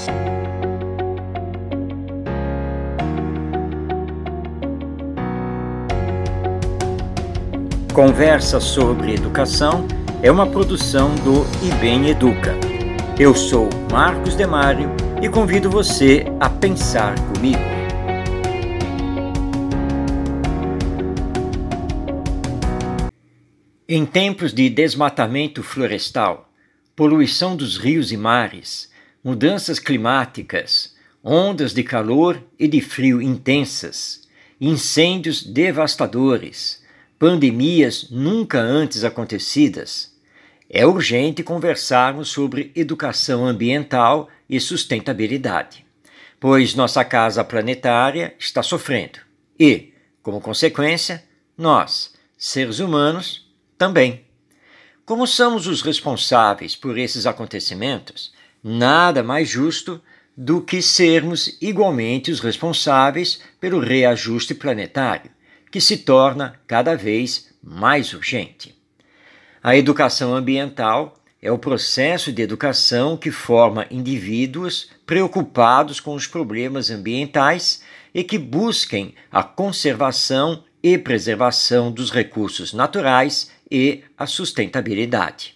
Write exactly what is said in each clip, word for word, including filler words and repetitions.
Conversa sobre Educação é uma produção do IBEM Educa. Eu sou Marcos Demário e convido você a pensar comigo. Em tempos de desmatamento florestal, poluição dos rios e mares, mudanças climáticas, ondas de calor e de frio intensas, incêndios devastadores, pandemias nunca antes acontecidas, é urgente conversarmos sobre educação ambiental e sustentabilidade, pois nossa casa planetária está sofrendo e, como consequência, nós, seres humanos, também. Como somos os responsáveis por esses acontecimentos, nada mais justo do que sermos igualmente os responsáveis pelo reajuste planetário, que se torna cada vez mais urgente. A educação ambiental é o processo de educação que forma indivíduos preocupados com os problemas ambientais e que busquem a conservação e preservação dos recursos naturais e a sustentabilidade.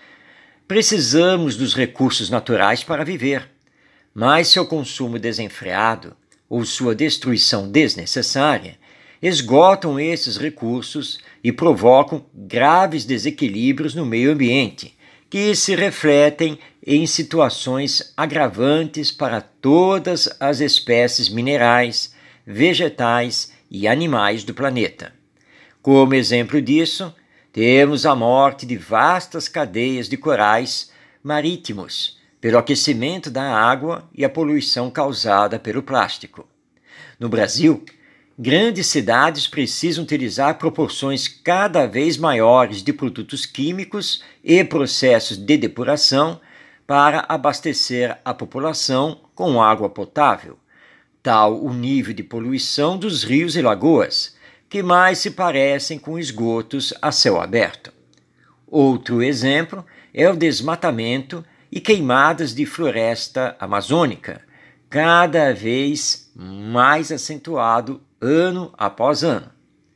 Precisamos dos recursos naturais para viver, mas seu consumo desenfreado ou sua destruição desnecessária esgotam esses recursos e provocam graves desequilíbrios no meio ambiente, que se refletem em situações agravantes para todas as espécies minerais, vegetais e animais do planeta. Como exemplo disso, temos a morte de vastas cadeias de corais marítimos pelo aquecimento da água e a poluição causada pelo plástico. No Brasil, grandes cidades precisam utilizar proporções cada vez maiores de produtos químicos e processos de depuração para abastecer a população com água potável, tal o nível de poluição dos rios e lagoas, que mais se parecem com esgotos a céu aberto. Outro exemplo é o desmatamento e queimadas de floresta amazônica, cada vez mais acentuado ano após ano.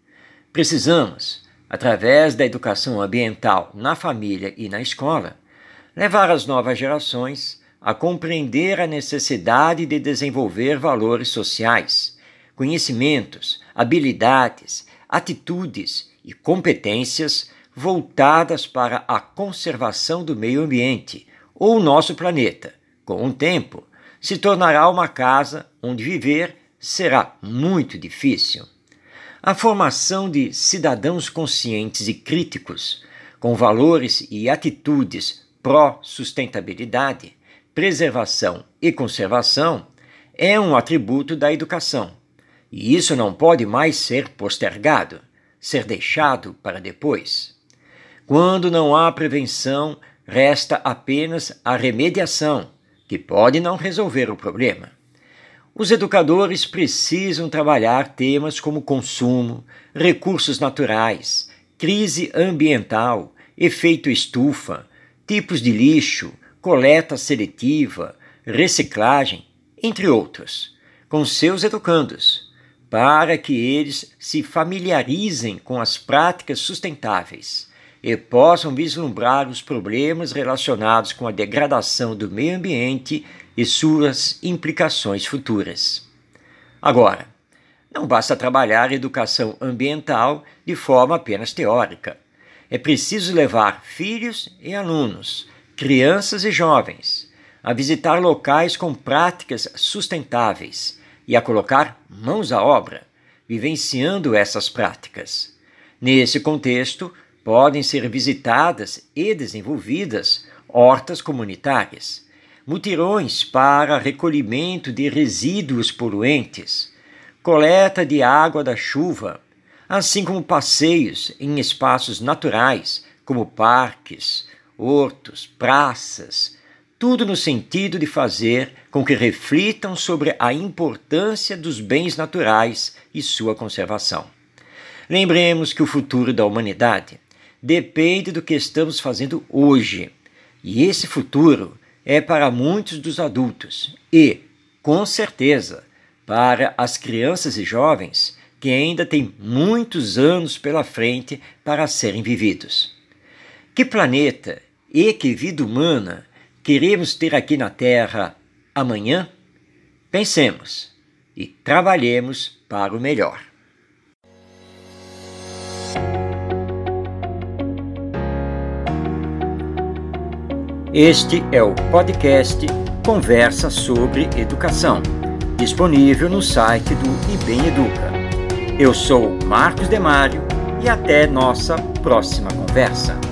Precisamos, através da educação ambiental na família e na escola, levar as novas gerações a compreender a necessidade de desenvolver valores sociais, conhecimentos, habilidades, atitudes e competências voltadas para a conservação do meio ambiente ou nosso planeta. Com o tempo, se tornará uma casa onde viver será muito difícil. A formação de cidadãos conscientes e críticos, com valores e atitudes pró-sustentabilidade, preservação e conservação, é um atributo da educação. E isso não pode mais ser postergado, ser deixado para depois. Quando não há prevenção, resta apenas a remediação, que pode não resolver o problema. Os educadores precisam trabalhar temas como consumo, recursos naturais, crise ambiental, efeito estufa, tipos de lixo, coleta seletiva, reciclagem, entre outros, com seus educandos, para que eles se familiarizem com as práticas sustentáveis e possam vislumbrar os problemas relacionados com a degradação do meio ambiente e suas implicações futuras. Agora, não basta trabalhar a educação ambiental de forma apenas teórica. É preciso levar filhos e alunos, crianças e jovens, a visitar locais com práticas sustentáveis e a colocar mãos à obra, vivenciando essas práticas. Nesse contexto, podem ser visitadas e desenvolvidas hortas comunitárias, mutirões para recolhimento de resíduos poluentes, coleta de água da chuva, assim como passeios em espaços naturais, como parques, hortos, praças, tudo no sentido de fazer com que reflitam sobre a importância dos bens naturais e sua conservação. Lembremos que o futuro da humanidade depende do que estamos fazendo hoje, e esse futuro é para muitos dos adultos e, com certeza, para as crianças e jovens que ainda têm muitos anos pela frente para serem vividos. Que planeta e que vida humana queremos ter aqui na Terra amanhã? Pensemos e trabalhemos para o melhor. Este é o podcast Conversa sobre Educação, disponível no site do IBEM Educa. Eu sou Marcos Demário e até nossa próxima conversa.